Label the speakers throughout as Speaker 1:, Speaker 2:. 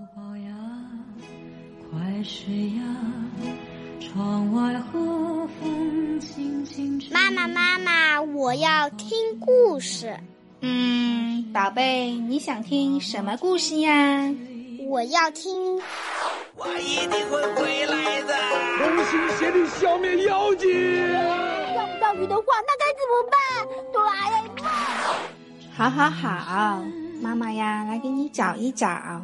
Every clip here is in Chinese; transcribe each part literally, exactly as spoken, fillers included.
Speaker 1: 宝呀，快睡呀，窗外和风轻轻吹。
Speaker 2: 妈妈妈妈，我要听故事。
Speaker 3: 嗯，宝贝，你想听什么故事呀？
Speaker 2: 我要听。
Speaker 4: 我一定会回来的。
Speaker 5: 同心协力消灭妖精。
Speaker 2: 钓不到鱼的话，那该怎么办？哆啦 A 梦。
Speaker 3: 好好好，妈妈呀，来给你找一找。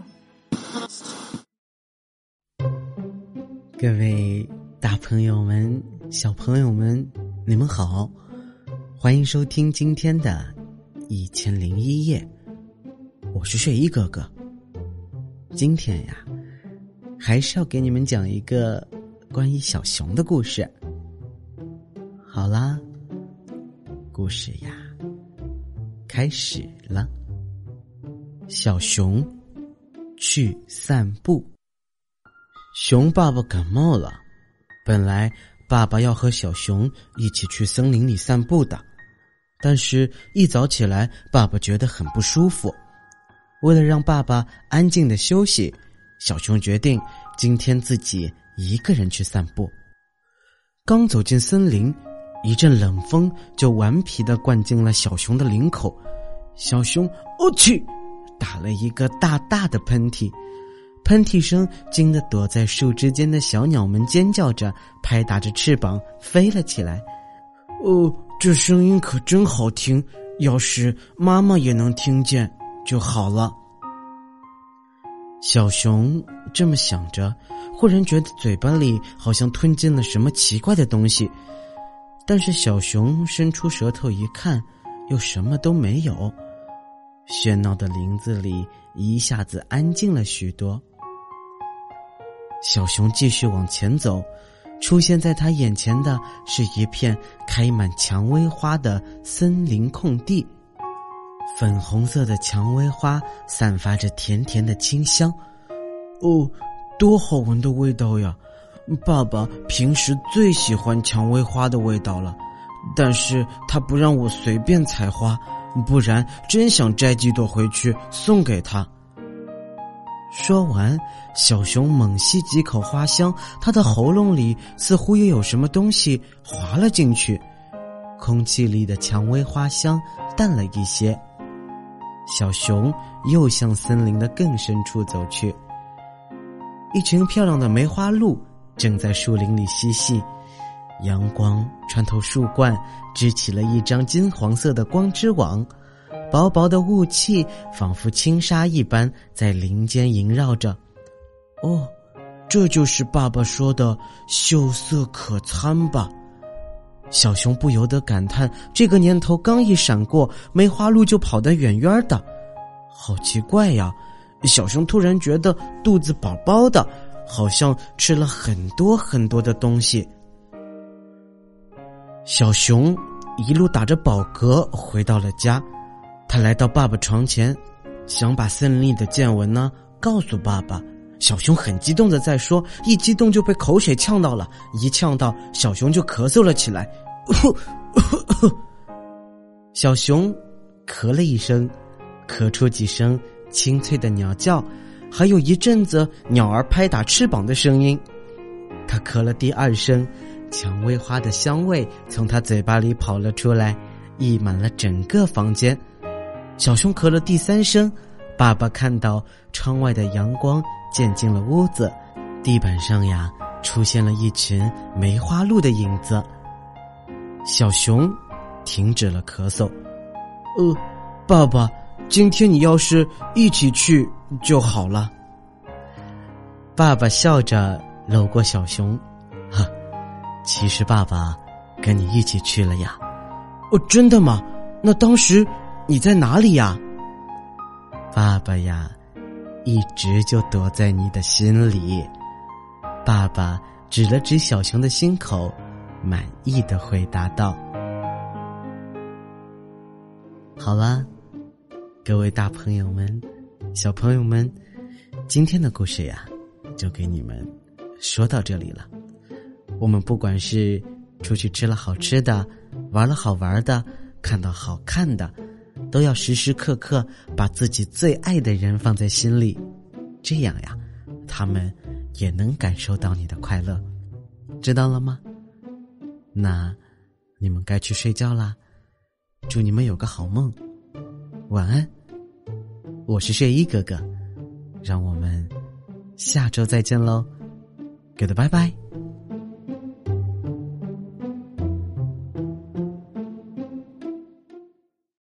Speaker 6: 各位大朋友们、小朋友们，你们好，欢迎收听今天的一千零一夜，我是睡衣哥哥。今天呀，还是要给你们讲一个关于小熊的故事。好啦，故事呀，开始了。小熊去散步。熊爸爸感冒了，本来爸爸要和小熊一起去森林里散步的，但是一早起来，爸爸觉得很不舒服。为了让爸爸安静的休息，小熊决定今天自己一个人去散步。刚走进森林，一阵冷风就顽皮地灌进了小熊的领口，小熊哦去打了一个大大的喷嚏，喷嚏声惊得躲在树枝间的小鸟们尖叫着，拍打着翅膀飞了起来。哦，这声音可真好听，要是妈妈也能听见就好了。小熊这么想着，忽然觉得嘴巴里好像吞进了什么奇怪的东西，但是小熊伸出舌头一看，又什么都没有。喧闹的林子里一下子安静了许多。小熊继续往前走，出现在他眼前的是一片开满蔷薇花的森林空地。粉红色的蔷薇花散发着甜甜的清香，哦，多好闻的味道呀！爸爸平时最喜欢蔷薇花的味道了，但是他不让我随便采花，不然真想摘几朵回去送给他。说完，小熊猛吸几口花香，他的喉咙里似乎又有什么东西滑了进去，空气里的蔷薇花香淡了一些。小熊又向森林的更深处走去。一群漂亮的梅花鹿正在树林里嬉戏，阳光穿透树冠，织起了一张金黄色的光之网，薄薄的雾气仿佛轻纱一般在林间萦绕着。哦，这就是爸爸说的秀色可餐吧。小熊不由得感叹，这个念头刚一闪过，梅花鹿就跑得远远的。好奇怪呀，小熊突然觉得肚子饱饱的，好像吃了很多很多的东西。小熊一路打着饱嗝回到了家，他来到爸爸床前，想把森林里的见闻呢告诉爸爸。小熊很激动的在说，一激动就被口水呛到了，一呛到小熊就咳嗽了起来。小熊咳了一声，咳出几声清脆的鸟叫，还有一阵子鸟儿拍打翅膀的声音。他咳了第二声，蔷薇花的香味从他嘴巴里跑了出来，溢满了整个房间。小熊咳了第三声，爸爸看到窗外的阳光渐进了屋子，地板上呀出现了一群梅花鹿的影子。小熊停止了咳嗽。呃，爸爸，今天你要是一起去就好了。爸爸笑着搂过小熊，哈，其实爸爸跟你一起去了呀。哦，真的吗？那当时你在哪里呀？爸爸呀，一直就躲在你的心里。爸爸指了指小熊的心口，满意的回答道。好啦，各位大朋友们、小朋友们，今天的故事呀，就给你们说到这里了。我们不管是出去吃了好吃的，玩了好玩的，看到好看的，都要时时刻刻把自己最爱的人放在心里， 这样呀，他们也能感受到你的快乐，知道了吗？那你们该去睡觉啦，祝你们有个好梦，晚安。我是睡衣哥哥，让我们下周再见喽，Goodbye bye。